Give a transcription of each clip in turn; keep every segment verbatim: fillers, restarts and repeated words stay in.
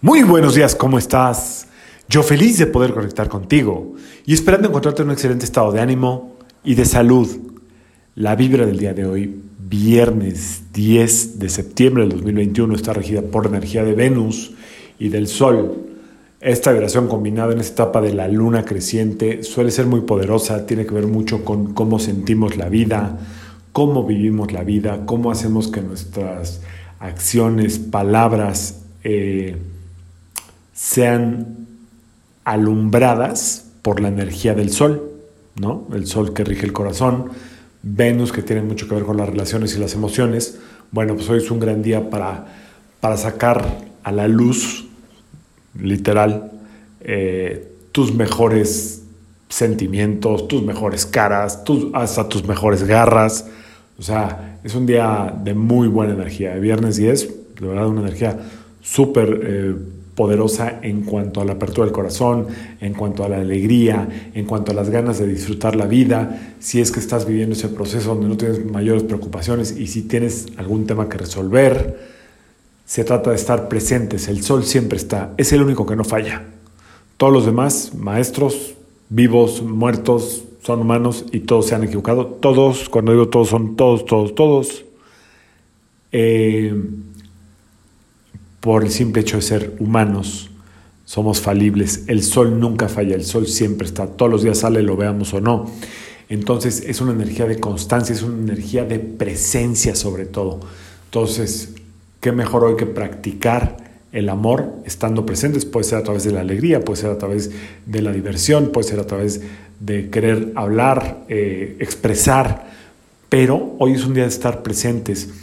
Muy buenos días, ¿cómo estás? Yo feliz de poder conectar contigo y esperando encontrarte en un excelente estado de ánimo y de salud. La vibra del día de hoy, viernes diez de septiembre del dos mil veintiuno, está regida por la energía de Venus y del Sol. Esta vibración combinada en esta etapa de la luna creciente suele ser muy poderosa, tiene que ver mucho con cómo sentimos la vida, cómo vivimos la vida, cómo hacemos que nuestras acciones, palabras, eh, sean alumbradas por la energía del Sol, ¿no? El Sol que rige el corazón, Venus que tiene mucho que ver con las relaciones y las emociones. Bueno, pues hoy es un gran día para, para sacar a la luz, literal, eh, tus mejores sentimientos, tus mejores caras, tus, hasta tus mejores garras. O sea, es un día de muy buena energía. El viernes diez, de verdad, una energía súper eh, poderosa en cuanto a la apertura del corazón, en cuanto a la alegría, en cuanto a las ganas de disfrutar la vida. Si es que estás viviendo ese proceso donde no tienes mayores preocupaciones y si tienes algún tema que resolver, se trata de estar presentes. El Sol siempre está, es el único que no falla. Todos los demás, maestros, vivos, muertos, son humanos y todos se han equivocado. Todos, cuando digo todos, son todos, todos, todos. Eh, por el simple hecho de ser humanos, somos falibles. El Sol nunca falla, el Sol siempre está. Todos los días sale, lo veamos o no. Entonces es una energía de constancia, es una energía de presencia sobre todo. Entonces, qué mejor hoy que practicar el amor estando presentes. Puede ser a través de la alegría, puede ser a través de la diversión, puede ser a través de querer hablar, eh, expresar, pero hoy es un día de estar presentes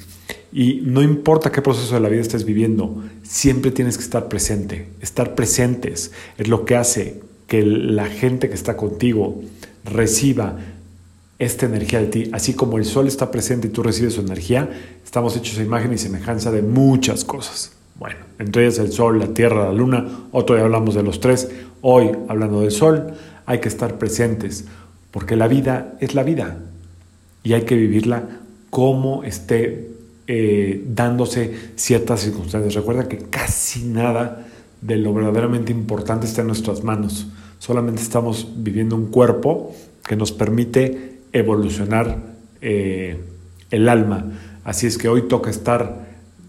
y no importa qué proceso de la vida estés viviendo, siempre tienes que estar presente. Estar presentes es lo que hace que la gente que está contigo reciba esta energía de ti. Así como el Sol está presente y tú recibes su energía, estamos hechos a imagen y semejanza de muchas cosas. Bueno, entre ellas el Sol, la Tierra, la Luna. Otro día hablamos de los tres. Hoy, hablando del Sol, hay que estar presentes porque la vida es la vida y hay que vivirla como esté eh, dándose ciertas circunstancias. Recuerda que casi nada de lo verdaderamente importante está en nuestras manos. Solamente estamos viviendo un cuerpo que nos permite evolucionar eh, el alma. Así es que hoy toca estar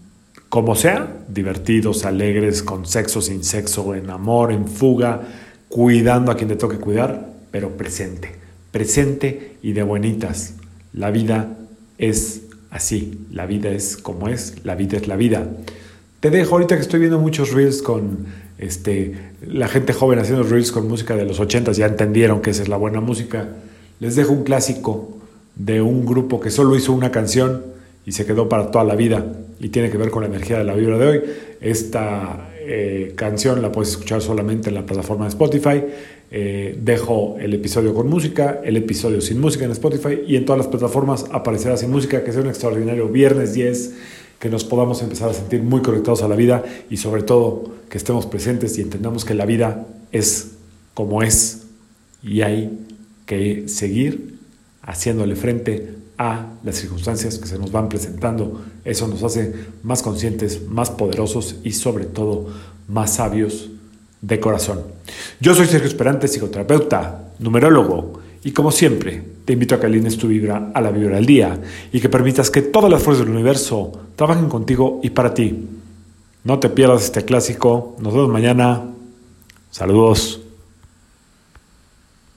como sea, divertidos, alegres, con sexo, sin sexo, en amor, en fuga, cuidando a quien te toque cuidar, pero presente, presente y de buenitas. La vida es así, la vida es como es, la vida es la vida. Te dejo ahorita que estoy viendo muchos reels con este, la gente joven haciendo reels con música de los ochentas, ya entendieron que esa es la buena música. Les dejo un clásico de un grupo que solo hizo una canción y se quedó para toda la vida y tiene que ver con la energía de la vibra de hoy. Esta eh, canción la puedes escuchar solamente en la plataforma de Spotify. Eh, dejo el episodio con música, el episodio sin música en Spotify y en todas las plataformas aparecerá sin música. Que sea un extraordinario viernes diez, que nos podamos empezar a sentir muy conectados a la vida y sobre todo que estemos presentes y entendamos que la vida es como es y hay que seguir haciéndole frente a las circunstancias que se nos van presentando. Eso nos hace más conscientes, más poderosos y sobre todo más sabios de corazón. Yo soy Sergio Esperante, psicoterapeuta, numerólogo, y como siempre te invito a que alines tu vibra a la vibra del día y que permitas que todas las fuerzas del universo trabajen contigo y para ti. No te pierdas este clásico. Nos vemos mañana. Saludos.